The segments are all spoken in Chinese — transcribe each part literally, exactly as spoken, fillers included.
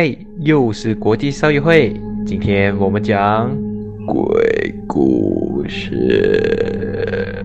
嘿，又是国际少爷会，今天我们讲鬼故事。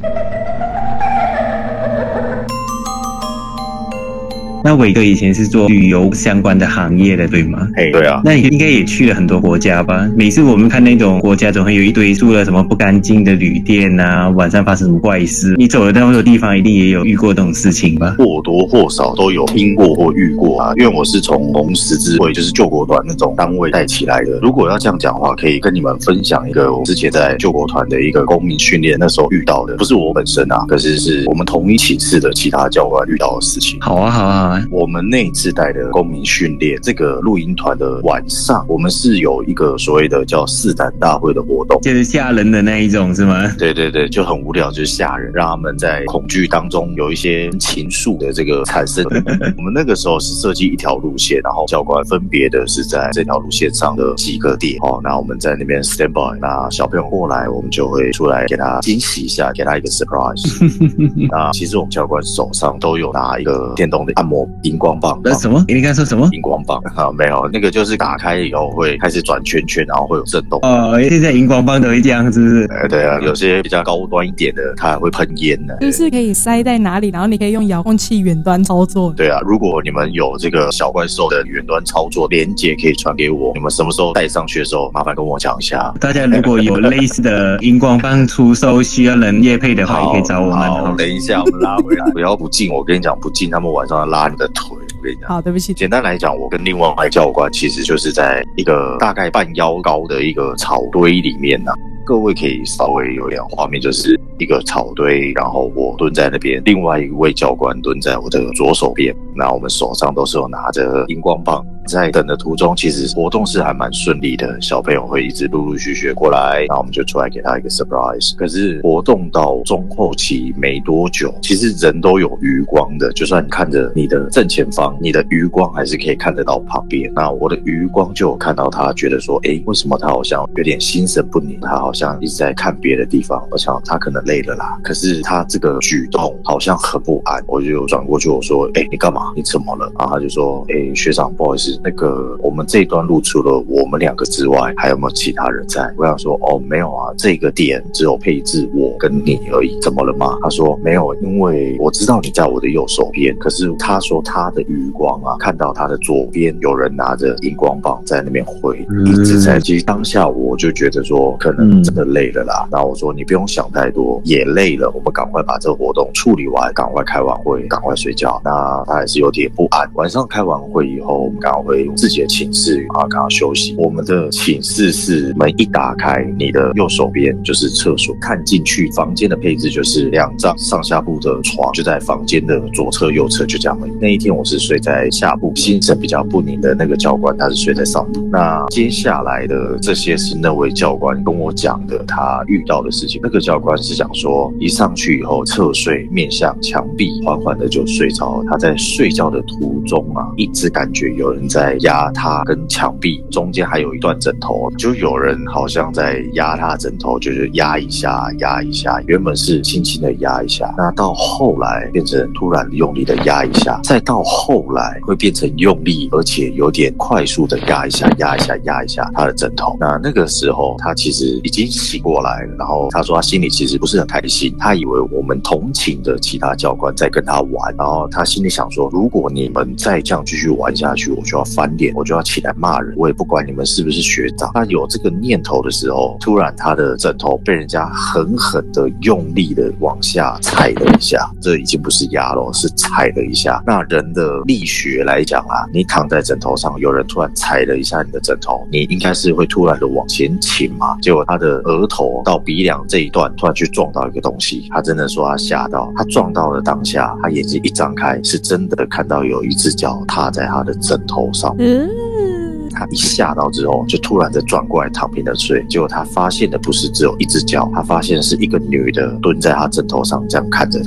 那伟哥以前是做旅游相关的行业的，对吗？ 嘿，对啊。 那你应该也去了很多国家吧？每次我们看那种国家，总会有一堆住了什么不干净的旅店啊，晚上发生什么怪事。你走的那种地方，一定也有遇过这种事情吧？ 或多或少都有听过或遇过啊。因为我是从红十字会，就是救国团那种单位带起来的。如果要这样讲的话，可以跟你们分享一个我之前在救国团的一个公民训练那时候遇到的，不是我本身啊，可是是我们同一寝室的其他教官遇到的事情。 好啊，好啊，好啊。 我们那一次带的公民训练，这个露营团的晚上，我们是有一个所谓的叫试胆大会的活动， 就是吓人的那一种是吗？ 对对对，就很无聊，就是吓人，让他们在恐惧当中有一些情愫的这个产生。我们那个时候是设计一条路线，然后教官分别的是在这条路线上的几个点哦，那我们在那边 stand by， 那小朋友过来，我们就会出来给他惊喜一下，给他一个 surprise。那其实我们教官手上都有拿一个电动的按摩荧光棒。 那什么？你刚才说什么？ 荧光棒啊？没有，那个就是打开以后会开始转圈圈，然后会有震动。 哦，现在荧光棒都会这样，是不是？ 呃，对啊，有些比较高端一点的，它还会喷烟呢。 就是可以塞在哪里，然后你可以用遥控器远端操作。 对啊，如果你们有这个小怪兽的远端操作连结，可以传给我。你们什么时候带上去的时候，麻烦跟我讲一下。 大家如果有类似的荧光棒出售需要人业配的话，也可以找我们。 好，等一下我们拉回来，不要不进。我跟你讲，不进，他们晚上要拉你的腿。 好，对不起。 简单来讲，我跟另外一位教官其实就是在一个大概半腰高的一个草堆里面啊。各位可以稍微有点画面，就是一个草堆，然后我蹲在那边，另外一位教官蹲在我的左手边，那我们手上都是有拿着荧光棒。在等的途中，其实活动是还蛮顺利的，小朋友会一直陆陆续续过来，然后我们就出来给他一个 surprise。可是活动到中后期没多久，其实人都有余光的，就算你看着你的正前方，你的余光还是可以看得到旁边。那我的余光就有看到他，觉得说，诶，为什么他好像有点心神不宁？他好像一直在看别的地方，我想他可能累了啦。可是他这个举动好像很不安，我就转过去我说，诶，你干嘛？你怎么了？然后他就说，诶，学长，不好意思。那个我们这一段路除了我们两个之外，还有没有其他人在？我想说，哦，没有啊，这个点只有配置我跟你而已，怎么了吗？他说没有，因为我知道你在我的右手边，可是他说他的余光啊，看到他的左边有人拿着荧光棒在那边挥，一直在。其实当下我就觉得说，可能真的累了啦。然后我说你不用想太多，也累了，我们赶快把这个活动处理完，赶快开完会，赶快睡觉。那他还是有点不安。晚上开完会以后，我们赶快回自己的寝室，然后赶快休息。我们的寝室是门一打开，你的右手边就是厕所，看进去房间的配置就是两张上下铺的床，就在房间的左侧右侧，就这样而已。那一天我是睡在下铺，心神比较不宁的那个教官他是睡在上铺。那接下来的这些是那位教官跟我讲的他遇到的事情。那个教官是讲说，一上去以后侧睡，面向墙壁，缓缓的就睡着了。他在睡觉的途中啊，一直感觉有人在压他跟墙壁中间还有一段枕头，就有人好像在压他枕头，就是压一下压一下，原本是轻轻的压一下，那到后来变成突然用力的压一下，再到后来会变成用力而且有点快速的压一下压一下压一下他的枕头。那那个时候他其实已经醒过来了，然后他说他心里其实不是很开心，他以为我们同寝的其他教官在跟他玩，然后他心里想说，如果你们再这样继续玩下去，我就要翻脸，我就要起来骂人，我也不管你们是不是学长。他有这个念头的时候，突然他的枕头被人家狠狠的用力的往下踩了一下，这已经不是压了，是踩了一下。那人的力学来讲啊，你躺在枕头上，有人突然踩了一下你的枕头，你应该是会突然的往前倾嘛。结果他的额头到鼻梁这一段突然去撞到一个东西，他真的说他吓到，他撞到了当下，他眼睛一张开，是真的看到有一只脚踏在他的枕头上。嗯，他一吓到之后，就突然的转过来躺平的睡。结果他发现的不是只有一只脚，他发现是一个女的蹲在他枕头上，这样看着他。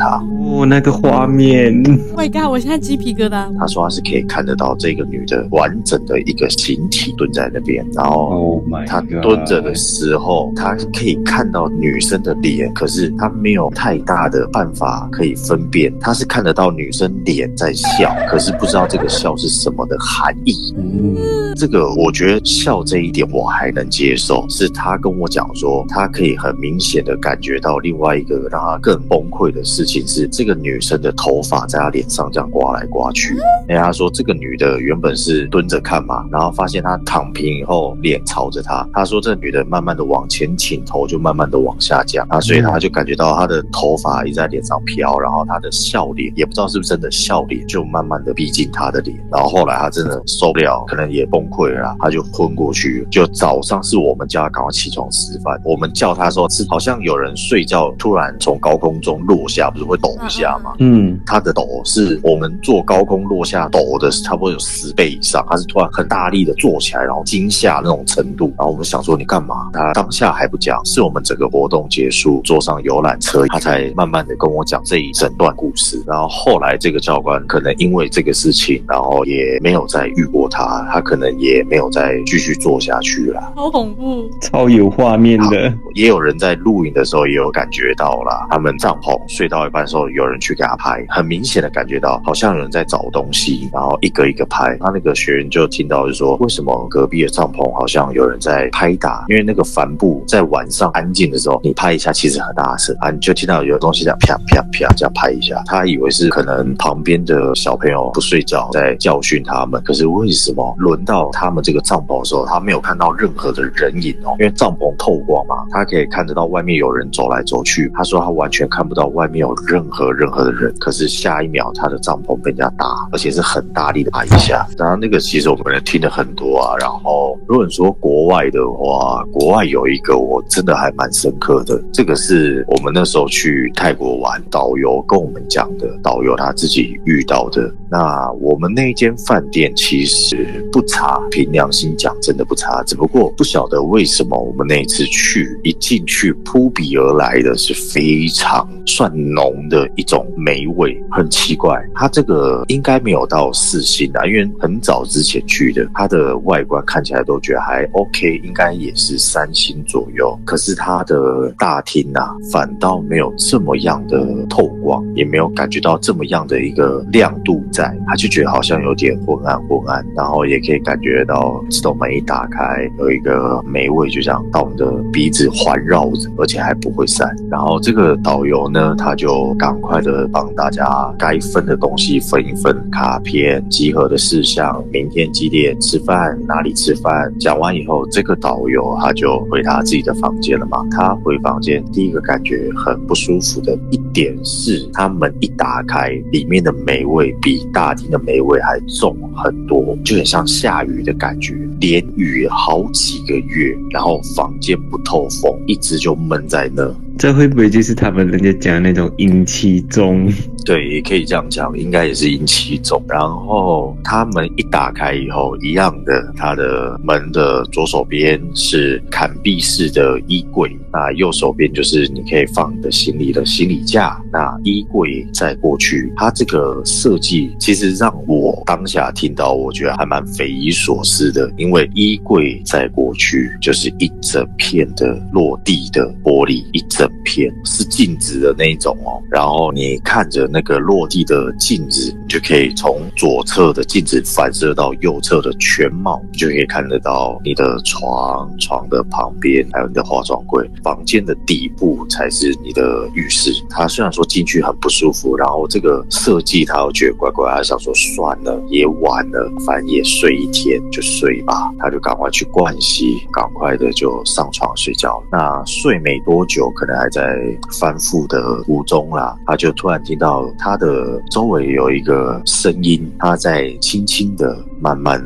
哦，那个画面 ，Oh my god，我现在鸡皮疙瘩。 他说他是可以看得到这个女的完整的一个形体蹲在那边，然后 ，Oh my god， 他蹲着的时候，他可以看到女生的脸，可是他没有太大的办法可以分辨，他是看得到女生脸在笑，可是不知道这个笑是什么的含义。 嗯， 这个我觉得笑这一点我还能接受，是他跟我讲说，他可以很明显的感觉到另外一个让他更崩溃的事情是，这个女生的头发在他脸上这样刮来刮去。因为他说这个女的原本是蹲着看嘛，然后发现她躺平以后脸朝着他，他说这女的慢慢的往前倾，头就慢慢的往下降，啊，所以他就感觉到她的头发一直在脸上飘，然后她的笑脸也不知道是不是真的笑脸，就慢慢的逼近他的脸，然后后来他真的受不了，可能也崩溃了啦，他就昏过去。就早上是我们叫他赶快起床吃饭，我们叫他的时候是好像有人睡觉突然从高空中落下，不是会抖一下吗？ 嗯， 他的抖是我们坐高空落下抖的差不多有十倍以上，他是突然很大力的坐起来，然后惊吓那种程度。然后我们想说你干嘛？他当下还不讲，是我们整个活动结束坐上游览车，他才慢慢的跟我讲这一整段故事。然后后来这个教官可能因为这个事情，然后也没有再遇过他，他可能也没有再继续做下去了。 好恐怖， 超有画面的。 也有人在录影的时候也有感觉到啦，他们帐篷睡到一半的时候，有人去给他拍，很明显的感觉到好像有人在找东西，然后一个一个拍。他那个学员就听到就说，为什么隔壁的帐篷好像有人在拍打？因为那个帆布在晚上安静的时候，你拍一下其实很大声啊，你就听到有东西这样啪啪啪这样拍一下。他以为是可能旁边的小朋友不睡觉在教训他们，可是为什么轮到他们这个帐篷的时候，他没有看到任何的人影哦？因为帐篷透光嘛，他可以看得到外面有人走来走去。他说他完全看不到外面有任何任何的人，可是下一秒他的帐篷被人家打，而且是很大力的打一下。当然那个其实我们听了很多啊。然后如果你说国外的话，国外有一个我真的还蛮深刻的，这个是我们那时候去泰国玩，导游跟我们讲的，导游他自己遇到的。那我们那间饭店其实不差，凭良心讲真的不差，只不过不晓得为什么我们那一次去，一进去扑鼻而来的是非常算浓的一种霉味，很奇怪。它这个应该没有到四星啊，因为很早之前去的，它的外观看起来都觉得还 OK， 应该也是三星左右。可是它的大厅啊，反倒没有这么样的透光，也没有感觉到这么样的一个亮度在，他就觉得好像有点昏暗昏暗，然后也可以感觉到自动门一打开，有一个霉味就这样到你的鼻子环绕着，而且还不会散。然后这个导游呢，他就赶快的帮大家该分的东西分一分，卡片、集合的事项、明天几点吃饭、哪里吃饭。讲完以后，这个导游他就回他自己的房间了嘛。他回房间第一个感觉很不舒服的一点是，他门一打开，里面的霉味比大厅的霉味还重很多，就很像下雨的感觉，连雨好几个月，然后房间不透风，一直就闷在那。 这会不会就是他们人家讲的那种阴气重？ 对，也可以这样讲，应该也是阴气重。然后他门一打开以后，一样的，他的门的左手边是坎壁式的衣柜，那右手边就是你可以放你的行李的行李架，那衣柜再过去。它这个设计其实让我当下听到，我觉得还蛮匪夷所思的，因为衣柜再过去就是一整片的落地的玻璃，一整片是镜子的那一种哦。然后你看着那个落地的镜子，你就可以从左侧的镜子反射到右侧的全貌，你就可以看得到你的床、床的旁边，还有你的化妆柜。房间的底部才是你的浴室。他虽然说进去很不舒服，然后这个设计他又觉得怪怪，他想说算了，也晚了，反正也睡一天就睡吧。他就赶快去盥洗，赶快的就上床睡觉。那睡没多久，可能还在翻覆的途中啦，他就突然听到他的周围有一个声音，他在轻轻的、慢慢的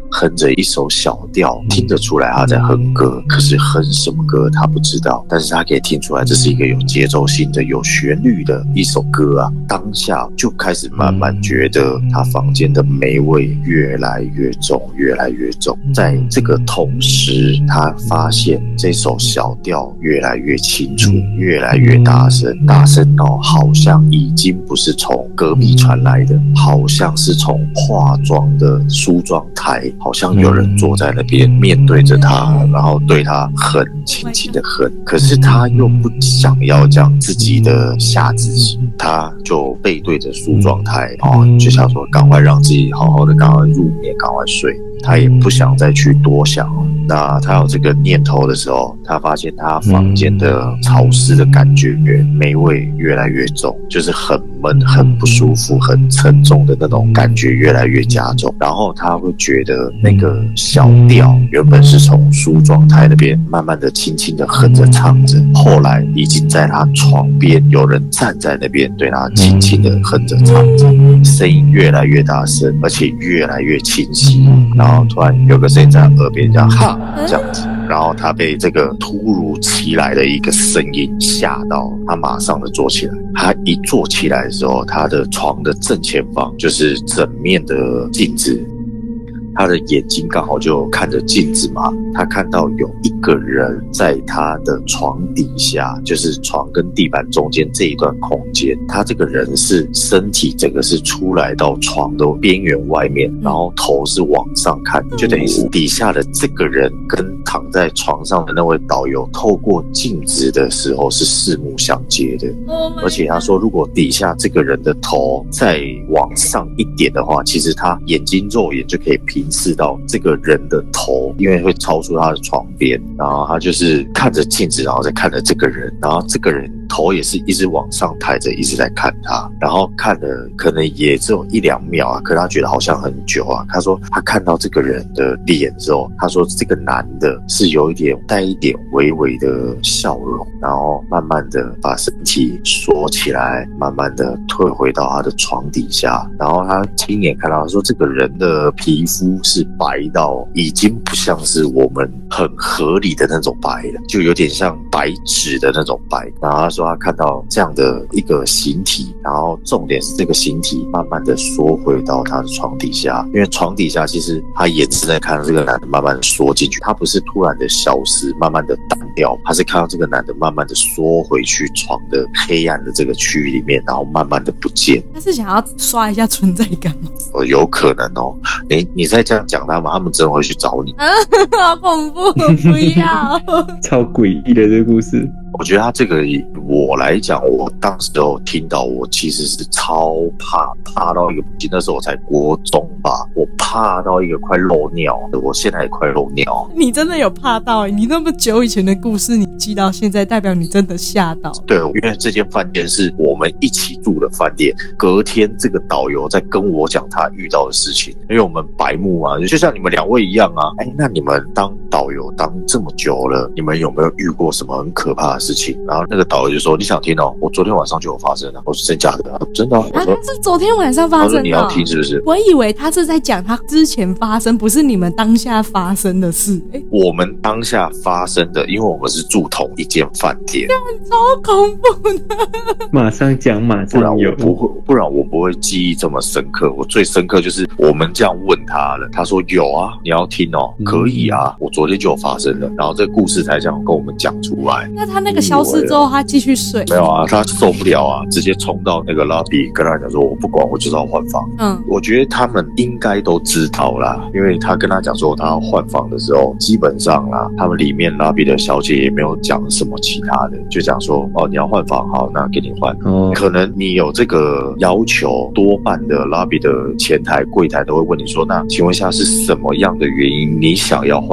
哼着一首小调，听得出来他在哼歌，可是哼什么歌他不知道，但是他可以听出来这是一个有节奏性的、有旋律的一首歌啊。当下就开始慢慢觉得他房间的霉味越来越重，越来越重。在这个同时，他发现这首小调越来越清楚，越来越大声，大声到好像已经不是从隔壁传来的，好像是从化妆的梳妆台，好像有人坐在那边面对着他，然后对他哼，轻轻的哼。可是他又不想要将自己的吓自己，他就背对着梳妆台，哦，就想说赶快让自己好好的，赶快入眠，赶快睡。他也不想再去多想。那他有这个念头的时候，他发现他房间的潮湿的感觉，霉味越来越重，就是很闷、很不舒服、很沉重的那种感觉越来越加重。然后他会觉得那个小调原本是从梳妆台那边慢慢的、轻轻的哼着唱着，后来已经在他床边有人站在那边对他轻轻的哼着唱着，声音越来越大声，而且越来越清晰。然后突然有个声音在耳边这样哈这样子，然后他被这个突如其来的一个声音吓到，他马上的坐起来。他一坐起来的时候，他的床的正前方就是整面的镜子，他的眼睛刚好就看着镜子嘛，他看到有一个人在他的床底下，就是床跟地板中间这一段空间，他这个人是身体整个是出来到床的边缘外面，然后头是往上看，就等于是底下的这个人跟躺在床上的那位导游透过镜子的时候是四目相接的。而且他说如果底下这个人的头再往上一点的话，其实他眼睛肉眼就可以平视到这个人的头，因为会超出他的床边，然后他就是看着镜子，然后再看着这个人，然后这个人头也是一直往上抬着，一直在看他，然后看了可能也只有一两秒啊，可是他觉得好像很久啊。他说他看到这个人的脸之后，他说这个男的是有一点带一点微微的笑容，然后慢慢的把身体缩起来，慢慢的退回到他的床底下，然后他亲眼看到他说这个人的皮肤是白到已经不像是我们很合理的那种白了，就有点像白纸的那种白。然后他说他看到这样的一个形体，然后重点是这个形体慢慢的缩回到他的床底下，因为床底下其实他眼睛在看到这个男的慢慢的缩进去，他不是突然的消失，慢慢的淡掉，他是看到这个男的慢慢的缩回去床的黑暗的这个区域里面，然后慢慢的不见。 他是想要刷一下存在感吗？ 哦，有可能哦。你你再这样讲他们，他们真的会去找你。 啊，好恐怖，不要！ 超诡异的这个故事。 我觉得他这个我来讲，我当时候听到，我其实是超怕，怕到一个，那时候我才国中吧，我怕到一个快漏尿，我现在也快漏尿。 你真的有怕到？你那么久以前的故事，你记到现在，代表你真的吓到。 对，因为这间饭店是我们一起住的饭店，隔天这个导游在跟我讲他遇到的事情，因为我们白目啊，就像你们两位一样啊。哎，那你们当导游当这么久了，你们有没有遇过什么很可怕的事情？然后那个导游就说：“你想听哦？我昨天晚上就有发生了。”我说：“真假的？”啊、真的、啊。我说：“ 啊、是昨天晚上发生的。”他说：“ 你要听是不是？” 我以为他是在讲他之前发生，不是你们当下发生的事。欸、 我们当下发生的，因为我们是住同一间饭店， 超恐怖的。 马上讲，马上有， 不然我不会，不然我不会记忆这么深刻。我最深刻就是我们这样问他了，他说有啊，你要听哦，可以啊，我昨天就有发生了，然后这个故事才这样跟我们讲出来。 那他那个消失之后，他继续睡？ 没有啊，他受不了啊，直接冲到那个 lobby 跟他讲说，我不管，我就是要换房。嗯，我觉得他们应该都知道啦，因为他跟他讲说他要换房的时候，基本上啦，他们里面 lobby 的小姐也没有讲什么其他的，就讲说哦，你要换房，好，那给你换。哦，可能你有这个要求，多半的 lobby 的前台柜台都会问你说，那请问一下是什么样的原因你想要换房？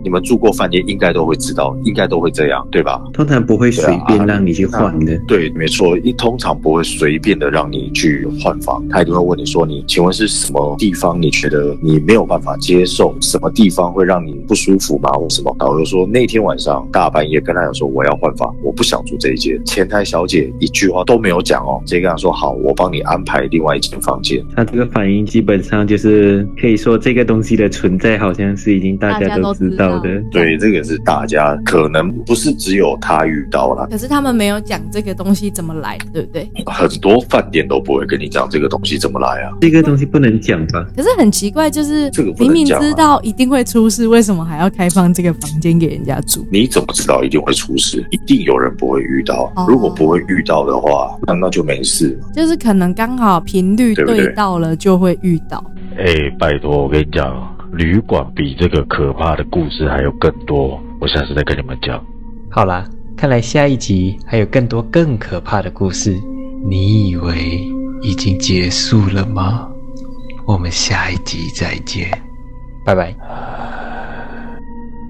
你们住过饭店应该都会知道，应该都会这样，对吧？ 通常不会随便让你去换的。 对，没错，一通常不会随便的让你去换房，他一定会问你说，你请问是什么地方你觉得你没有办法接受，什么地方会让你不舒服吗？或什么？导游说那天晚上大半夜跟他讲说我要换房，我不想住这一间。前台小姐一句话都没有讲哦，直接跟他说好，我帮你安排另外一间房间。 他这个反应基本上就是可以说这个东西的存在好像是已经大家都知道的。 对，这个是大家可能不是只有他遇到啦， 可是他们没有讲这个东西怎么来，对不对？ 很多饭店都不会跟你讲这个东西怎么来啊。 这个东西不能讲吧？ 可是很奇怪，就是这个不明明能讲啊知道一定会出事，为什么还要开放这个房间给人家住？ 你怎么知道一定会出事？一定有人不会遇到。 哦如果不会遇到的话，那那就没事。 就是可能刚好频率对不对对到了，就会遇到。 哎、拜托，我跟你讲，旅馆比这个可怕的故事还有更多，我下次再跟你们讲。 好啦，看来下一集还有更多更可怕的故事。你以为已经结束了吗？我们下一集再见，拜拜。